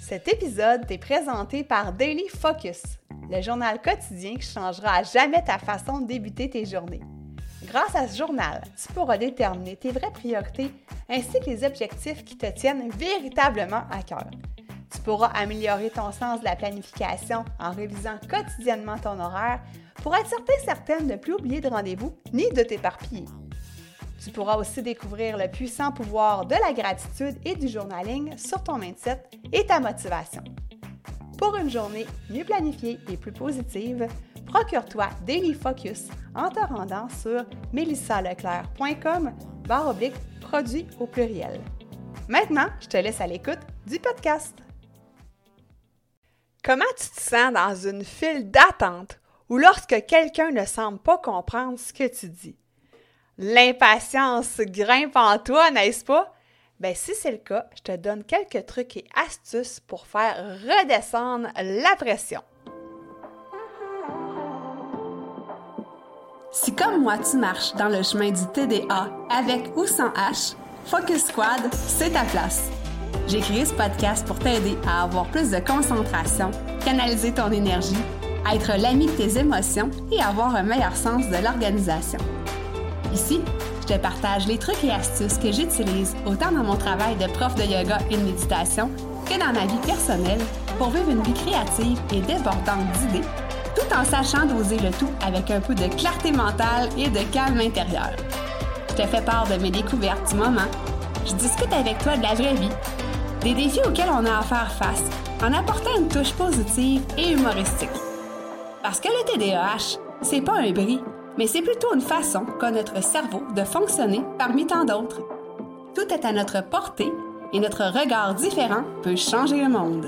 Cet épisode t'est présenté par Daily Focus, le journal quotidien qui changera à jamais ta façon de débuter tes journées. Grâce à ce journal, tu pourras déterminer tes vraies priorités ainsi que les objectifs qui te tiennent véritablement à cœur. Tu pourras améliorer ton sens de la planification en révisant quotidiennement ton horaire pour être certaine de ne plus oublier de rendez-vous ni de t'éparpiller. Tu pourras aussi découvrir le puissant pouvoir de la gratitude et du journaling sur ton mindset et ta motivation. Pour une journée mieux planifiée et plus positive, procure-toi Daily Focus en te rendant sur melissaleclerc.com/produit au pluriel. Maintenant, je te laisse à l'écoute du podcast. Comment tu te sens dans une file d'attente ou lorsque quelqu'un ne semble pas comprendre ce que tu dis? L'impatience grimpe en toi, n'est-ce pas? Bien, si c'est le cas, je te donne quelques trucs et astuces pour faire redescendre la pression. Si comme moi, tu marches dans le chemin du TDA avec ou sans H, Focus Squad, c'est ta place. J'ai créé ce podcast pour t'aider à avoir plus de concentration, canaliser ton énergie, être l'ami de tes émotions et avoir un meilleur sens de l'organisation. Ici, je te partage les trucs et astuces que j'utilise autant dans mon travail de prof de yoga et de méditation que dans ma vie personnelle pour vivre une vie créative et débordante d'idées, tout en sachant doser le tout avec un peu de clarté mentale et de calme intérieur. Je te fais part de mes découvertes du moment, je discute avec toi de la vraie vie, des défis auxquels on a à faire face en apportant une touche positive et humoristique. Parce que le TDAH, c'est pas un bris, mais c'est plutôt une façon qu'a notre cerveau de fonctionner parmi tant d'autres. Tout est à notre portée et notre regard différent peut changer le monde.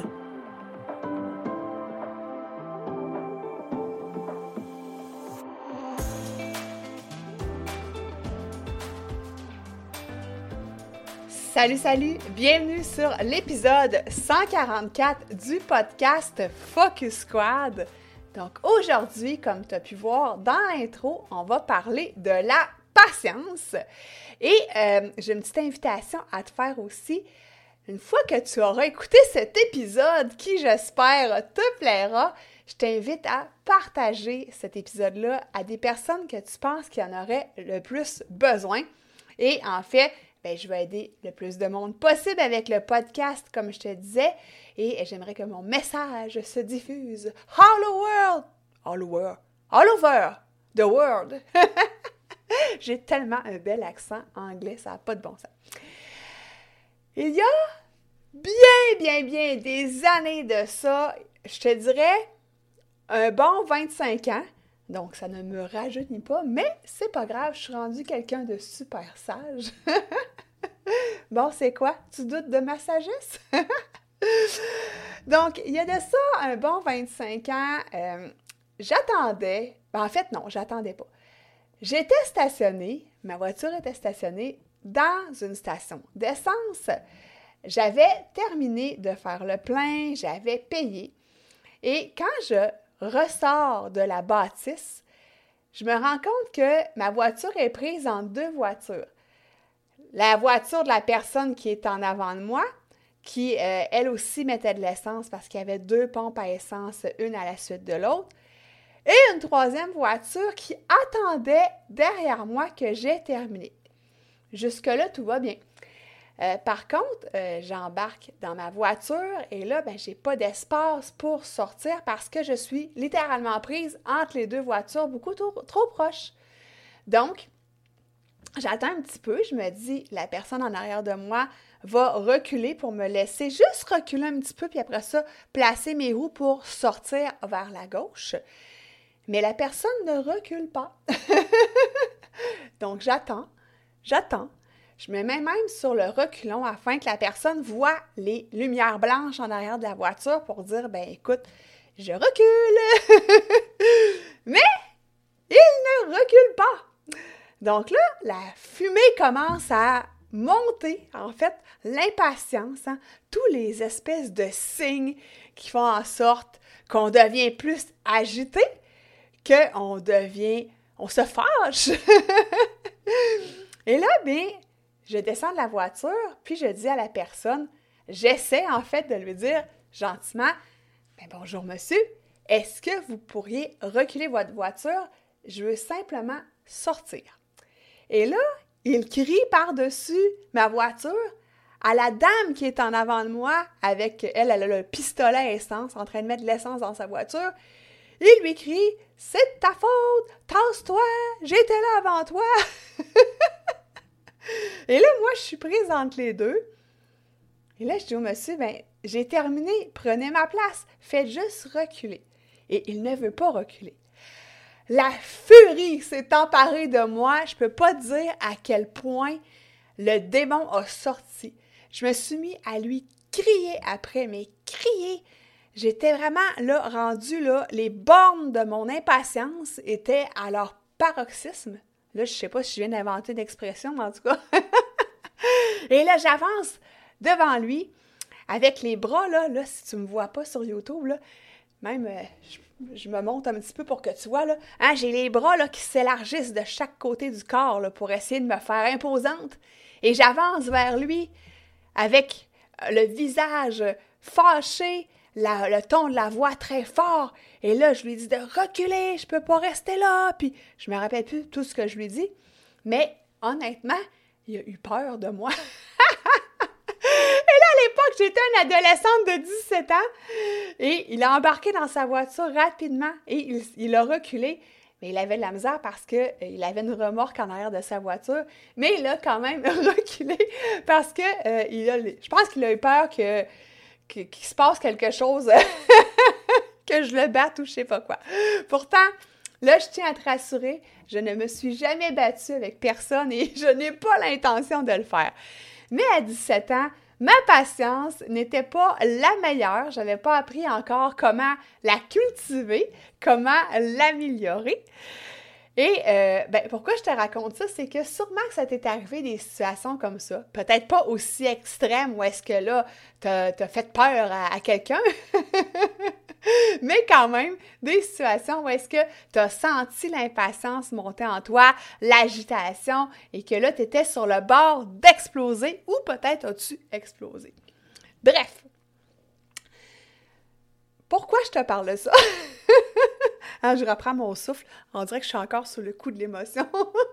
Salut! Bienvenue sur l'épisode 144 du podcast Focus Squad. Donc aujourd'hui, comme tu as pu voir dans l'intro, on va parler de la patience. Et j'ai une petite invitation à te faire aussi. Une fois que tu auras écouté cet épisode qui, j'espère, te plaira, je t'invite à partager cet épisode-là à des personnes que tu penses qui en auraient le plus besoin. Et en fait, je vais aider le plus de monde possible avec le podcast, comme je te disais, et j'aimerais que mon message se diffuse all over the world. J'ai tellement un bel accent anglais, ça n'a pas de bon sens. Il y a bien des années de ça, je te dirais un bon 25 ans, donc ça ne me rajeunit pas, mais c'est pas grave, je suis rendue quelqu'un de super sage. Bon, c'est quoi? Tu doutes de ma sagesse? Donc, il y a de ça un bon 25 ans, j'attendais pas. J'étais stationnée, ma voiture était stationnée dans une station d'essence. J'avais terminé de faire le plein, j'avais payé. Et quand je ressors de la bâtisse, je me rends compte que ma voiture est prise en deux voitures. La voiture de la personne qui est en avant de moi, qui, elle aussi, mettait de l'essence parce qu'il y avait deux pompes à essence, une à la suite de l'autre, et une troisième voiture qui attendait derrière moi que j'ai terminé. Jusque-là, tout va bien. Par contre, j'embarque dans ma voiture et là, j'ai pas d'espace pour sortir parce que je suis littéralement prise entre les deux voitures beaucoup trop proches. Donc, j'attends un petit peu, je me dis, la personne en arrière de moi va reculer pour me laisser juste reculer un petit peu, puis après ça, placer mes roues pour sortir vers la gauche. Mais la personne ne recule pas. Donc, j'attends. Je me mets même sur le reculon afin que la personne voit les lumières blanches en arrière de la voiture pour dire, écoute, je recule. Mais il ne recule pas. Donc là, la fumée commence à monter, en fait, l'impatience, tous les espèces de signes qui font en sorte qu'on devient plus agité, on se fâche. Et là, je descends de la voiture, puis je dis à la personne, j'essaie en fait de lui dire, gentiment, « Ben bonjour monsieur, est-ce que vous pourriez reculer votre voiture? Je veux simplement sortir. » Et là, il crie par-dessus ma voiture à la dame qui est en avant de moi avec, elle a le pistolet à essence, en train de mettre de l'essence dans sa voiture. Il lui crie « C'est de ta faute! Tasse-toi! J'étais là avant toi! » Et là, moi, je suis prise entre les deux. Et là, je dis au monsieur, « Ben, j'ai terminé, prenez ma place, faites juste reculer. » Et il ne veut pas reculer. La furie s'est emparée de moi. Je ne peux pas dire à quel point le démon a sorti. Je me suis mis à lui crier après, mais crier. J'étais vraiment là, rendue là, les bornes de mon impatience étaient à leur paroxysme. Là, je ne sais pas si je viens d'inventer une expression, mais en tout cas. Et là, j'avance devant lui avec les bras, là si tu ne me vois pas sur YouTube, là, même, je me monte un petit peu pour que tu vois, là, hein, j'ai les bras là, qui s'élargissent de chaque côté du corps là, pour essayer de me faire imposante. Et j'avance vers lui avec le visage fâché, le ton de la voix très fort. Et là, je lui dis de reculer, je peux pas rester là. Puis, je me rappelle plus tout ce que je lui dis. Mais, honnêtement, il a eu peur de moi. Et là, à l'époque, j'étais une adolescente de 17 ans. Et il a embarqué dans sa voiture rapidement et il a reculé. Mais il avait de la misère parce qu'il avait une remorque en arrière de sa voiture. Mais il a quand même reculé parce que je pense qu'il a eu peur qu'il se passe quelque chose, que je le batte ou je sais pas quoi. Pourtant, là, je tiens à te rassurer, je ne me suis jamais battue avec personne et je n'ai pas l'intention de le faire. Mais à 17 ans, ma patience n'était pas la meilleure. Je n'avais pas appris encore comment la cultiver, comment l'améliorer. Et pourquoi je te raconte ça? C'est que sûrement que ça t'est arrivé des situations comme ça. Peut-être pas aussi extrêmes où est-ce que là, t'as fait peur à quelqu'un. Mais quand même, des situations où est-ce que tu as senti l'impatience monter en toi, l'agitation, et que là, tu étais sur le bord d'exploser, ou peut-être as-tu explosé. Bref, pourquoi je te parle de ça? Hein, je reprends mon souffle, on dirait que je suis encore sous le coup de l'émotion.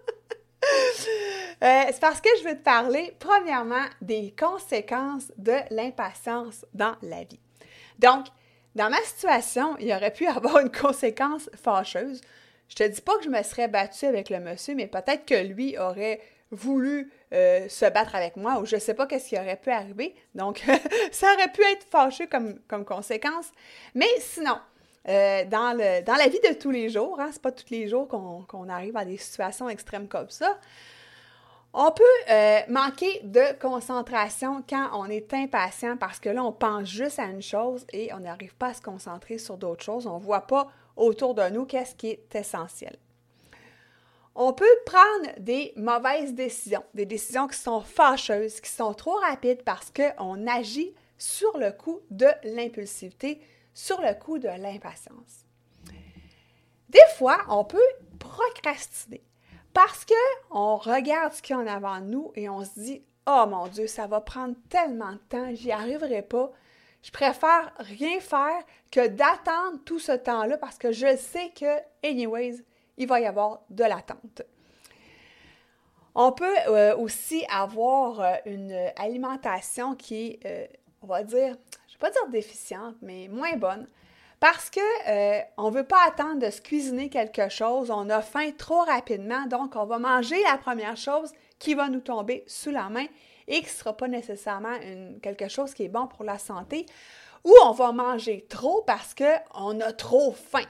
C'est parce que je veux te parler, premièrement, des conséquences de l'impatience dans la vie. Donc, dans ma situation, il aurait pu avoir une conséquence fâcheuse. Je te dis pas que je me serais battue avec le monsieur, mais peut-être que lui aurait voulu se battre avec moi ou je sais pas qu'est-ce qui aurait pu arriver. Donc, ça aurait pu être fâcheux comme conséquence. Mais sinon, dans la vie de tous les jours, hein, c'est pas tous les jours qu'on arrive à des situations extrêmes comme ça, on peut manquer de concentration quand on est impatient parce que là, on pense juste à une chose et on n'arrive pas à se concentrer sur d'autres choses. On ne voit pas autour de nous qu'est-ce qui est essentiel. On peut prendre des mauvaises décisions, des décisions qui sont fâcheuses, qui sont trop rapides parce qu'on agit sur le coup de l'impulsivité, sur le coup de l'impatience. Des fois, on peut procrastiner. Parce qu'on regarde ce qu'il y a en avant de nous et on se dit « Oh mon Dieu, ça va prendre tellement de temps, j'y arriverai pas. Je préfère rien faire que d'attendre tout ce temps-là parce que je sais que, anyways, il va y avoir de l'attente. » On peut aussi avoir une alimentation qui est, on va dire, je ne vais pas dire déficiente, mais moins bonne. Parce qu'on ne veut pas attendre de se cuisiner quelque chose, on a faim trop rapidement, donc on va manger la première chose qui va nous tomber sous la main et qui ne sera pas nécessairement quelque chose qui est bon pour la santé, ou on va manger trop parce qu'on a trop faim.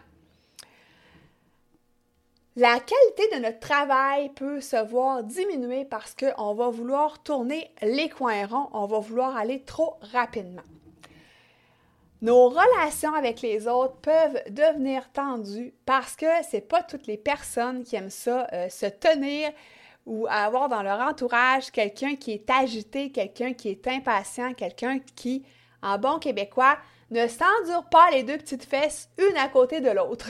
La qualité de notre travail peut se voir diminuer parce qu'on va vouloir tourner les coins ronds, on va vouloir aller trop rapidement. Nos relations avec les autres peuvent devenir tendues parce que c'est pas toutes les personnes qui aiment ça, se tenir ou avoir dans leur entourage quelqu'un qui est agité, quelqu'un qui est impatient, quelqu'un qui, en bon québécois, ne s'endure pas les deux petites fesses une à côté de l'autre.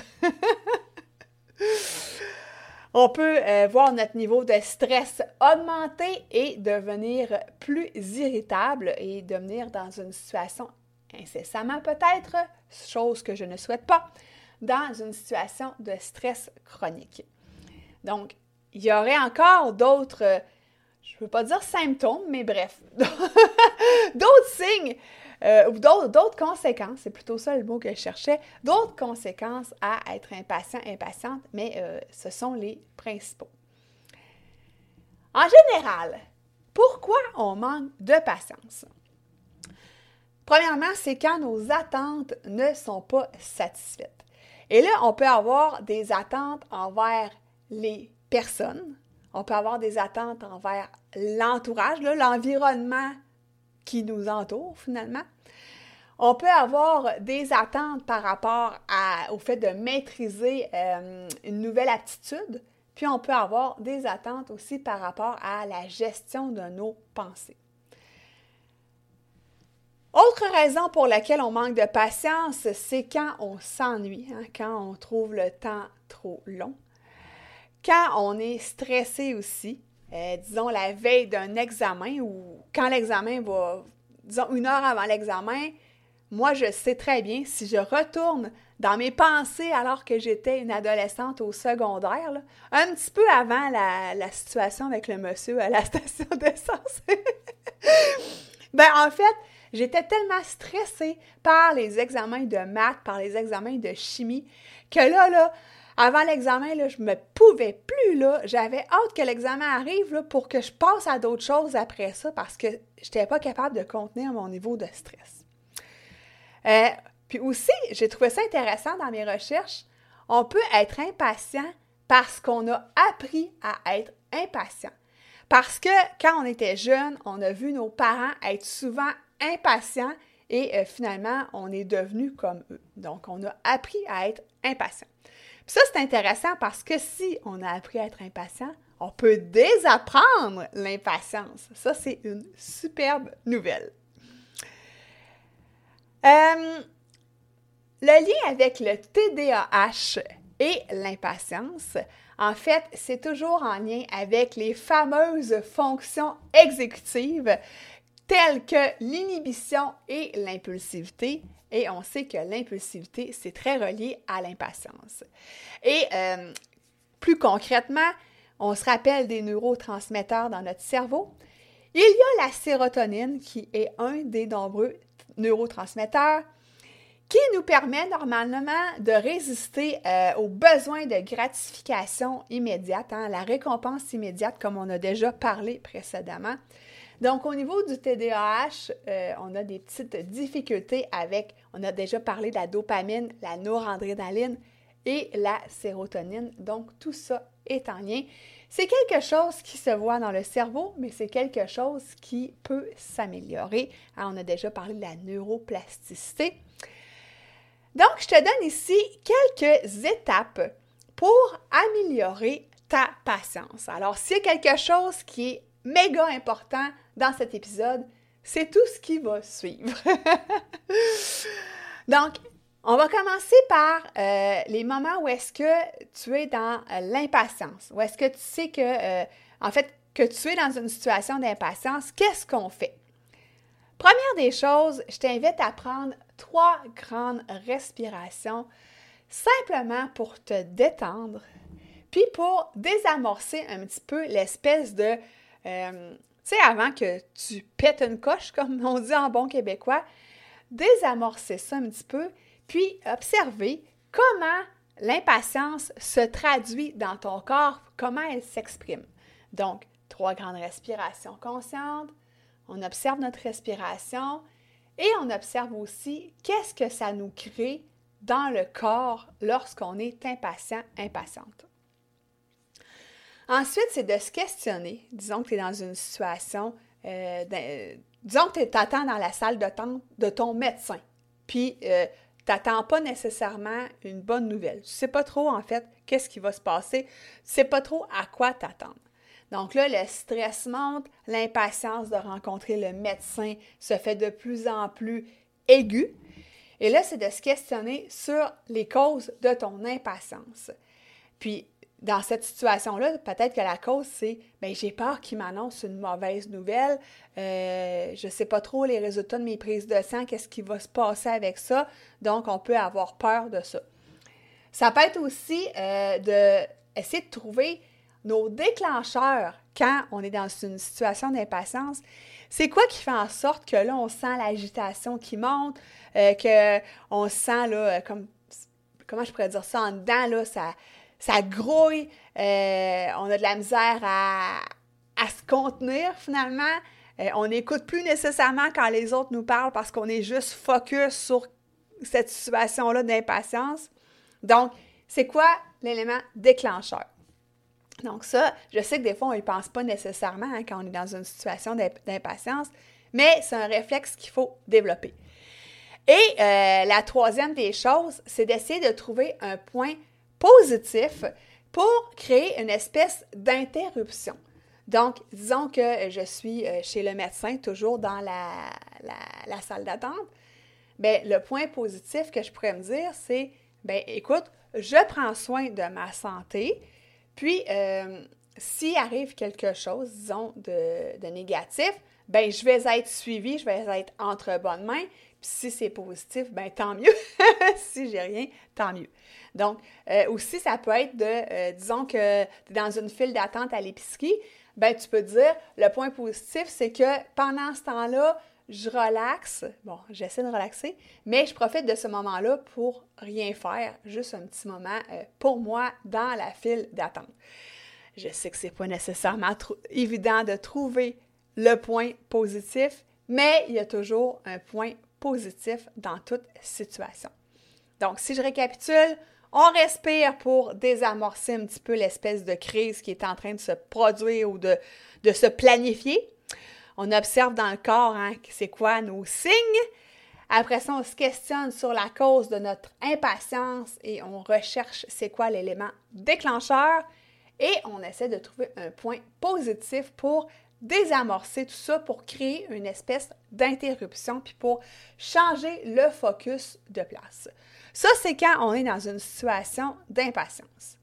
On peut voir notre niveau de stress augmenter et devenir plus irritable et devenir dans une situation incessamment peut-être, chose que je ne souhaite pas, dans une situation de stress chronique. Donc, il y aurait encore d'autres, je ne veux pas dire symptômes, mais bref, d'autres signes ou d'autres conséquences, c'est plutôt ça le mot que je cherchais, d'autres conséquences à être impatient, impatiente, mais ce sont les principaux. En général, pourquoi on manque de patience? Premièrement, c'est quand nos attentes ne sont pas satisfaites. Et là, on peut avoir des attentes envers les personnes, on peut avoir des attentes envers l'entourage, l'environnement qui nous entoure finalement. On peut avoir des attentes par rapport au fait de maîtriser une nouvelle aptitude, puis on peut avoir des attentes aussi par rapport à la gestion de nos pensées. Autre raison pour laquelle on manque de patience, c'est quand on s'ennuie, quand on trouve le temps trop long, quand on est stressé aussi, disons la veille d'un examen ou quand l'examen va, disons 1 heure avant l'examen, moi je sais très bien si je retourne dans mes pensées alors que j'étais une adolescente au secondaire, là, un petit peu avant la situation avec le monsieur à la station d'essence, en fait, j'étais tellement stressée par les examens de maths, par les examens de chimie, que là, avant l'examen, là, je ne me pouvais plus, là. J'avais hâte que l'examen arrive là, pour que je passe à d'autres choses après ça parce que je n'étais pas capable de contenir mon niveau de stress. Puis aussi, j'ai trouvé ça intéressant dans mes recherches, on peut être impatient parce qu'on a appris à être impatient. Parce que quand on était jeune, on a vu nos parents être souvent impatients et finalement, on est devenu comme eux. Donc, on a appris à être impatient. Puis ça, c'est intéressant parce que si on a appris à être impatient, on peut désapprendre l'impatience. Ça, c'est une superbe nouvelle. Le lien avec le TDAH et l'impatience, en fait, c'est toujours en lien avec les fameuses fonctions exécutives telles que l'inhibition et l'impulsivité. Et on sait que l'impulsivité, c'est très relié à l'impatience. Et plus concrètement, on se rappelle des neurotransmetteurs dans notre cerveau. Il y a la sérotonine qui est un des nombreux neurotransmetteurs qui nous permet normalement de résister aux besoins de gratification immédiate, la récompense immédiate comme on a déjà parlé précédemment. Donc, au niveau du TDAH, on a des petites difficultés on a déjà parlé de la dopamine, la noradrénaline et la sérotonine. Donc, tout ça est en lien. C'est quelque chose qui se voit dans le cerveau, mais c'est quelque chose qui peut s'améliorer. On a déjà parlé de la neuroplasticité. Donc, je te donne ici quelques étapes pour améliorer ta patience. Alors, s'il y a quelque chose qui est méga important dans cet épisode, c'est tout ce qui va suivre. Donc, on va commencer par les moments où est-ce que tu es dans l'impatience, où est-ce que tu sais que, que tu es dans une situation d'impatience. Qu'est-ce qu'on fait? Première des choses, je t'invite à prendre 3 grandes respirations, simplement pour te détendre, puis pour désamorcer un petit peu l'espèce de... tu sais, avant que tu pètes une coche, comme on dit en bon québécois, désamorcer ça un petit peu, puis observer comment l'impatience se traduit dans ton corps, comment elle s'exprime. Donc, 3 grandes respirations conscientes, on observe notre respiration et on observe aussi qu'est-ce que ça nous crée dans le corps lorsqu'on est impatient, impatiente. Ensuite, c'est de se questionner. Disons que tu es dans une situation, disons que tu t'attends dans la salle d'attente de ton médecin, puis tu n'attends pas nécessairement une bonne nouvelle. Tu ne sais pas trop, en fait, qu'est-ce qui va se passer. Tu ne sais pas trop à quoi t'attendre. Donc là, le stress monte, l'impatience de rencontrer le médecin se fait de plus en plus aiguë. Et là, c'est de se questionner sur les causes de ton impatience. Puis, dans cette situation-là, peut-être que la cause, c'est « bien, j'ai peur qu'il m'annonce une mauvaise nouvelle, je ne sais pas trop les résultats de mes prises de sang, qu'est-ce qui va se passer avec ça? » Donc, on peut avoir peur de ça. Ça peut être aussi d'essayer de trouver nos déclencheurs quand on est dans une situation d'impatience. C'est quoi qui fait en sorte que là, on sent l'agitation qui monte, qu'on sent, là, comment je pourrais dire ça, en dedans, là, ça grouille, on a de la misère à se contenir finalement, on n'écoute plus nécessairement quand les autres nous parlent parce qu'on est juste focus sur cette situation-là d'impatience. Donc, c'est quoi l'élément déclencheur? Donc ça, je sais que des fois, on n'y pense pas nécessairement quand on est dans une situation d'impatience, mais c'est un réflexe qu'il faut développer. Et la troisième des choses, c'est d'essayer de trouver un point positif pour créer une espèce d'interruption. Donc, disons que je suis chez le médecin, toujours dans la salle d'attente. Bien, le point positif que je pourrais me dire, c'est, bien, écoute, je prends soin de ma santé, puis s'il arrive quelque chose, disons, de négatif, bien, je vais être suivie, je vais être entre bonnes mains, puis si c'est positif, bien, tant mieux. Si j'ai rien, tant mieux. Donc, aussi, ça peut être disons que tu es dans une file d'attente à l'épicerie, bien, tu peux dire, le point positif, c'est que pendant ce temps-là, je relaxe. Bon, j'essaie de relaxer, mais je profite de ce moment-là pour rien faire, juste un petit moment pour moi dans la file d'attente. Je sais que c'est pas nécessairement évident de trouver le point positif, mais il y a toujours un point positif dans toute situation. Donc, si je récapitule, on respire pour désamorcer un petit peu l'espèce de crise qui est en train de se produire ou de se planifier. On observe dans le corps, c'est quoi nos signes. Après ça, on se questionne sur la cause de notre impatience et on recherche c'est quoi l'élément déclencheur et on essaie de trouver un point positif pour désamorcer tout ça, pour créer une espèce d'interruption puis pour changer le focus de place. Ça, c'est quand on est dans une situation d'impatience.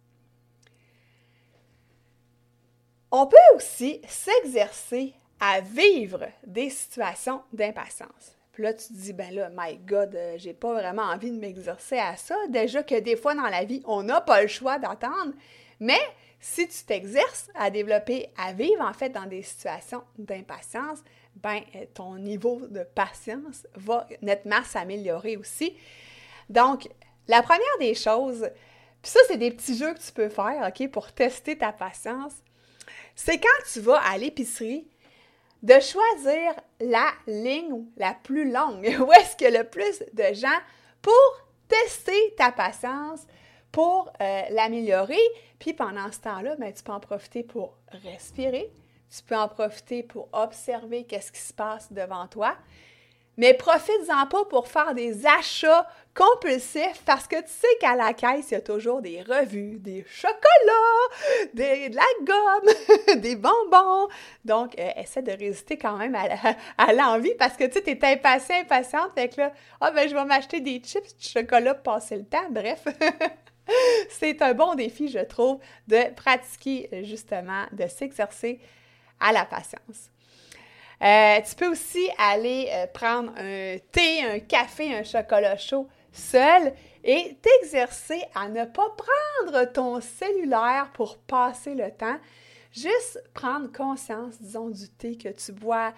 On peut aussi s'exercer à vivre des situations d'impatience. Puis là, tu te dis, ben là, my God, j'ai pas vraiment envie de m'exercer à ça. Déjà que des fois dans la vie, on n'a pas le choix d'attendre. Mais si tu t'exerces à développer, à vivre en fait dans des situations d'impatience, ben ton niveau de patience va nettement s'améliorer aussi. Donc, la première des choses, puis ça, c'est des petits jeux que tu peux faire, OK, pour tester ta patience, c'est quand tu vas à l'épicerie, de choisir la ligne la plus longue, où est-ce qu'il y a le plus de gens pour tester ta patience, pour l'améliorer. Puis pendant ce temps-là, ben, tu peux en profiter pour respirer, tu peux en profiter pour observer qu'est-ce qui se passe devant toi, mais profites-en pas pour faire des achats compulsifs parce que tu sais qu'à la caisse, il y a toujours des revues, des chocolats, de la gomme, des bonbons. Donc, essaie de résister quand même à l'envie parce que tu sais, t'es impatiente. Fait que là, je vais m'acheter des chips, du chocolat pour passer le temps. Bref, c'est un bon défi, je trouve, de pratiquer justement, de s'exercer à la patience. Tu peux aussi aller prendre un thé, un café, un chocolat chaud seul et t'exercer à ne pas prendre ton cellulaire pour passer le temps. Juste prendre conscience, disons, du thé que tu bois,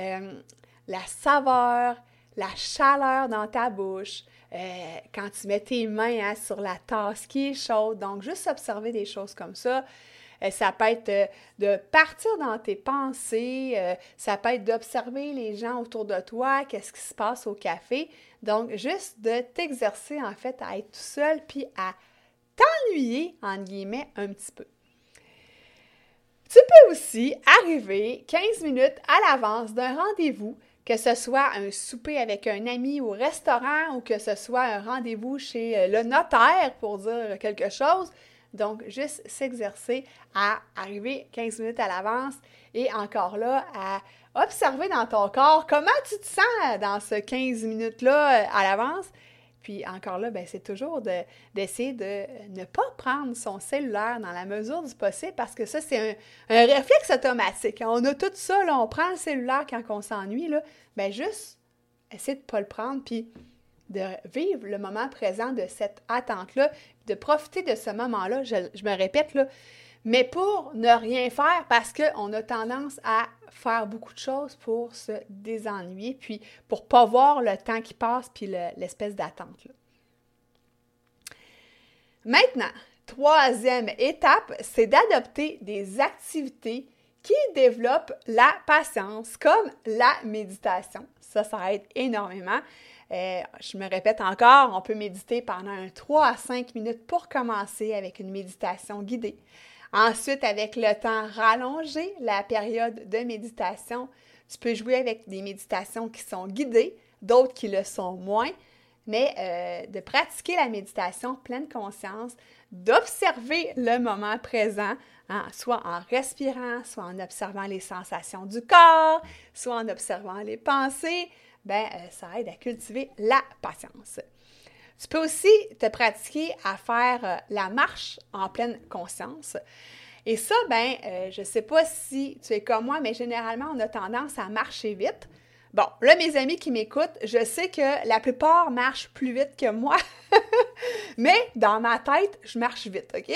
la saveur, la chaleur dans ta bouche, quand tu mets tes mains sur la tasse qui est chaude. Donc, juste observer des choses comme ça. Ça peut être de partir dans tes pensées, ça peut être d'observer les gens autour de toi, qu'est-ce qui se passe au café. Donc, juste de t'exercer en fait à être tout seul puis à t'ennuyer, entre guillemets, un petit peu. Tu peux aussi arriver 15 minutes à l'avance d'un rendez-vous, que ce soit un souper avec un ami au restaurant ou que ce soit un rendez-vous chez le notaire pour dire quelque chose. Donc, juste s'exercer à arriver 15 minutes à l'avance et encore là, à observer dans ton corps comment tu te sens dans ce 15 minutes-là à l'avance. Puis encore là, ben, c'est toujours d'essayer de ne pas prendre son cellulaire dans la mesure du possible parce que ça, c'est un réflexe automatique. On a tout ça, là, on prend le cellulaire quand on s'ennuie, là, ben juste essayer de ne pas le prendre, puis de vivre le moment présent de cette attente-là, de profiter de ce moment-là, je me répète, là, mais pour ne rien faire parce qu'on a tendance à faire beaucoup de choses pour se désennuyer, puis pour ne pas voir le temps qui passe, puis l'espèce d'attente. Là. Maintenant, troisième étape, c'est d'adopter des activités qui développent la patience, comme la méditation. Ça aide énormément. Je me répète encore, on peut méditer pendant 3 à 5 minutes pour commencer avec une méditation guidée. Ensuite, avec le temps rallongé, la période de méditation, tu peux jouer avec des méditations qui sont guidées, d'autres qui le sont moins, mais de pratiquer la méditation pleine conscience, d'observer le moment présent, hein, soit en respirant, soit en observant les sensations du corps, soit en observant les pensées, ça aide à cultiver la patience. Tu peux aussi te pratiquer à faire la marche en pleine conscience. Et ça, je ne sais pas si tu es comme moi, mais généralement, on a tendance à marcher vite. Bon, là, mes amis qui m'écoutent, je sais que la plupart marchent plus vite que moi, mais dans ma tête, je marche vite, OK?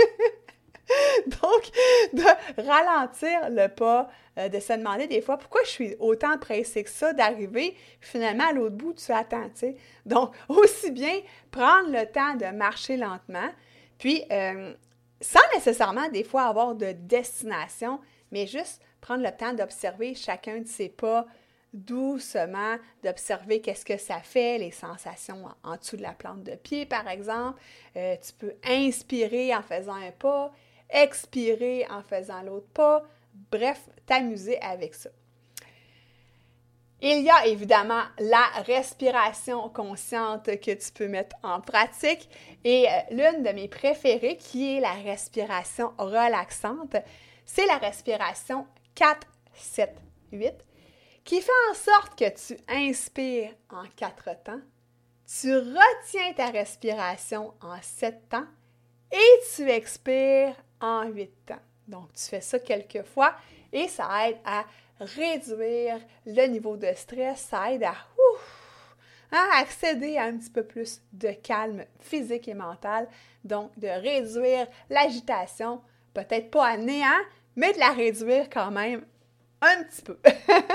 Donc, de ralentir le pas, de se demander des fois pourquoi je suis autant pressée que ça d'arriver, finalement, à l'autre bout, tu attends, tu sais. Donc, aussi bien prendre le temps de marcher lentement, puis sans nécessairement des fois avoir de destination, mais juste prendre le temps d'observer chacun de ses pas doucement, d'observer qu'est-ce que ça fait, les sensations en dessous de la plante de pied, par exemple. Tu peux inspirer en faisant un pas, expirer en faisant l'autre pas, bref, t'amuser avec ça. Il y a évidemment la respiration consciente que tu peux mettre en pratique et l'une de mes préférées qui est la respiration relaxante, c'est la respiration 4-7-8 qui fait en sorte que tu inspires en 4 temps, tu retiens ta respiration en 7 temps et tu expires en 8 temps. Donc, tu fais ça quelques fois et ça aide à réduire le niveau de stress, ça aide à accéder à un petit peu plus de calme physique et mental, donc de réduire l'agitation, peut-être pas à néant, mais de la réduire quand même un petit peu.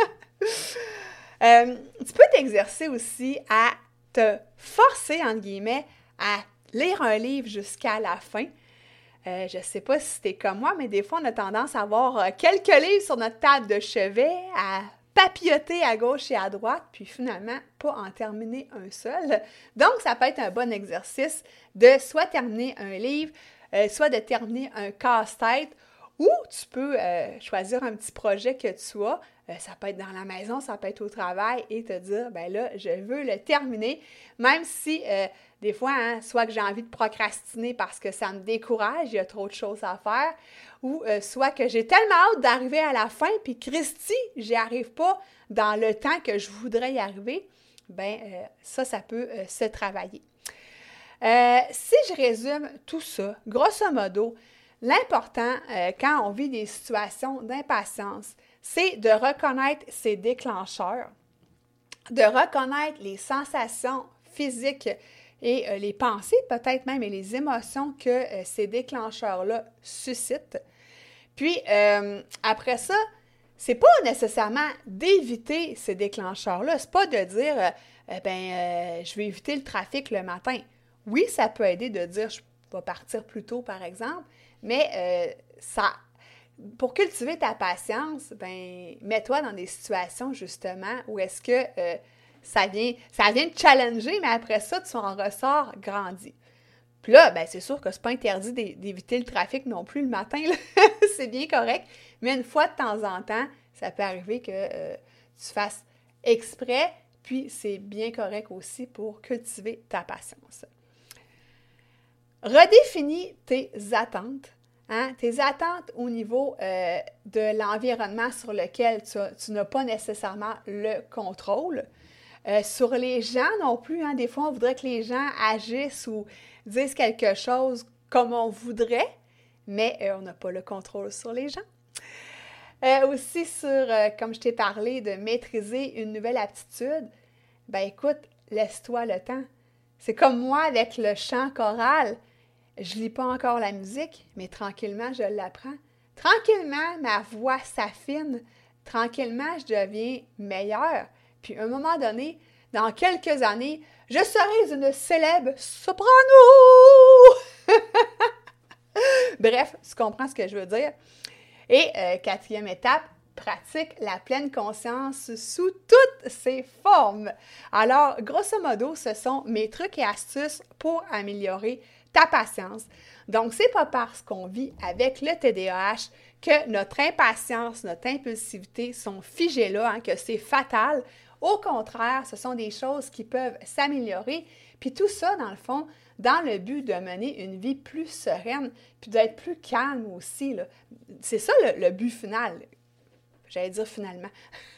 Tu peux t'exercer aussi à te forcer, entre guillemets, à lire un livre jusqu'à la fin. Je ne sais pas si c'était comme moi, mais des fois, on a tendance à avoir quelques livres sur notre table de chevet, à papilloter à gauche et à droite, puis finalement, pas en terminer un seul. Donc, ça peut être un bon exercice de soit terminer un livre, soit de terminer un casse-tête, ou tu peux choisir un petit projet que tu as. Ça peut être dans la maison, ça peut être au travail, et te dire, là, je veux le terminer, même si des fois, soit que j'ai envie de procrastiner parce que ça me décourage, il y a trop de choses à faire, ou soit que j'ai tellement hâte d'arriver à la fin, puis Christy, j'y arrive pas dans le temps que je voudrais y arriver, ça peut se travailler. Si je résume tout ça, grosso modo, l'important quand on vit des situations d'impatience, c'est de reconnaître ces déclencheurs, de reconnaître les sensations physiques et les pensées, peut-être même, et les émotions que ces déclencheurs-là suscitent. Puis, après ça, c'est pas nécessairement d'éviter ces déclencheurs-là. C'est pas de dire, je vais éviter le trafic le matin. Oui, ça peut aider de dire, je vais partir plus tôt, par exemple, mais pour cultiver ta patience, mets-toi dans des situations, justement, où est-ce que ça vient te challenger, mais après ça, tu en ressors grandi. Puis là, c'est sûr que c'est pas interdit d'éviter le trafic non plus le matin, là. C'est bien correct, mais une fois de temps en temps, ça peut arriver que tu fasses exprès, puis c'est bien correct aussi pour cultiver ta patience. Redéfinis tes attentes. Tes attentes au niveau de l'environnement sur lequel tu n'as pas nécessairement le contrôle. sur les gens non plus. Hein. Des fois, on voudrait que les gens agissent ou disent quelque chose comme on voudrait, mais on n'a pas le contrôle sur les gens. Aussi sur, comme je t'ai parlé, de maîtriser une nouvelle aptitude, ben écoute, laisse-toi le temps. C'est comme moi avec le chant choral. Je lis pas encore la musique, mais tranquillement, je l'apprends. Tranquillement, ma voix s'affine. Tranquillement, je deviens meilleure. Puis à un moment donné, dans quelques années, je serai une célèbre soprano! Bref, tu comprends ce que je veux dire. Et quatrième étape, pratique la pleine conscience sous toutes ses formes. Alors, grosso modo, ce sont mes trucs et astuces pour améliorer ta patience. Donc, c'est pas parce qu'on vit avec le TDAH que notre impatience, notre impulsivité sont figées là, hein, que c'est fatal. Au contraire, ce sont des choses qui peuvent s'améliorer. Puis tout ça, dans le fond, dans le but de mener une vie plus sereine, puis d'être plus calme aussi, là. C'est ça le but final. J'allais dire finalement.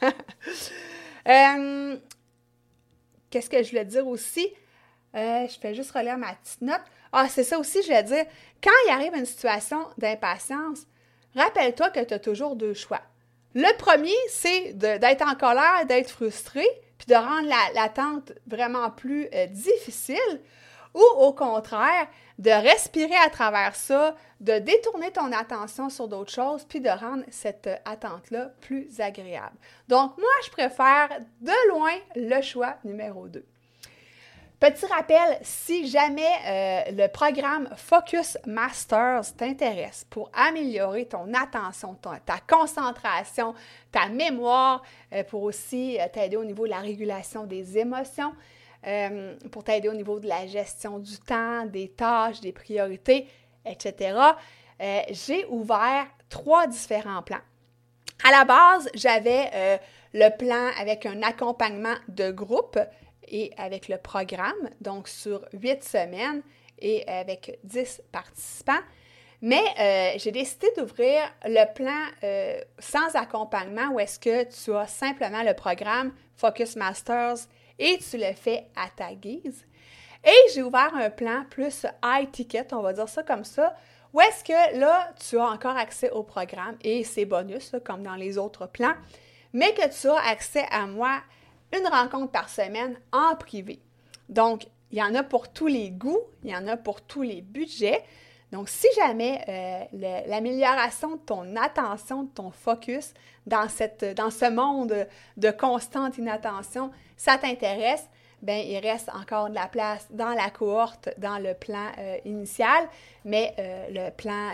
Qu'est-ce que je voulais dire aussi? Je fais juste relire ma petite note. Ah, c'est ça aussi, je voulais dire. Quand il arrive une situation d'impatience, rappelle-toi que tu as toujours deux choix. Le premier, c'est d'être en colère, d'être frustré, puis de rendre l'attente vraiment plus difficile, ou au contraire, de respirer à travers ça, de détourner ton attention sur d'autres choses, puis de rendre cette attente-là plus agréable. Donc, moi, je préfère de loin le choix numéro 2. Petit rappel, si jamais le programme Focus Masters t'intéresse pour améliorer ton attention, ta concentration, ta mémoire, pour aussi t'aider au niveau de la régulation des émotions, pour t'aider au niveau de la gestion du temps, des tâches, des priorités, etc., j'ai ouvert 3 différents plans. À la base, j'avais le plan avec un accompagnement de groupe et avec le programme, donc sur 8 semaines et avec 10 participants. Mais j'ai décidé d'ouvrir le plan sans accompagnement où est-ce que tu as simplement le programme Focus Masters et tu le fais à ta guise. Et j'ai ouvert un plan plus high ticket, on va dire ça comme ça, où est-ce que là, tu as encore accès au programme et ses bonus, là, comme dans les autres plans, mais que tu as accès à moi une rencontre par semaine en privé. Donc, il y en a pour tous les goûts, il y en a pour tous les budgets. Donc, si jamais l'amélioration de ton attention, de ton focus dans ce monde de constante inattention, ça t'intéresse, bien, il reste encore de la place dans la cohorte, dans le plan initial, mais le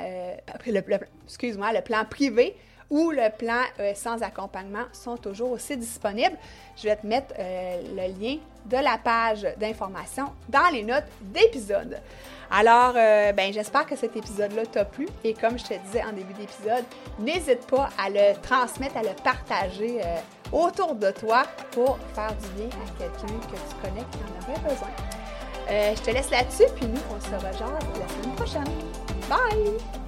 plan privé ou le plan sans accompagnement sont toujours aussi disponibles. Je vais te mettre le lien de la page d'information dans les notes d'épisode. Alors, j'espère que cet épisode-là t'a plu et comme je te disais en début d'épisode, n'hésite pas à le transmettre, à le partager autour de toi pour faire du bien à quelqu'un que tu connais qui en aurait besoin. Je te laisse là-dessus, puis nous, on se rejoint la semaine prochaine. Bye!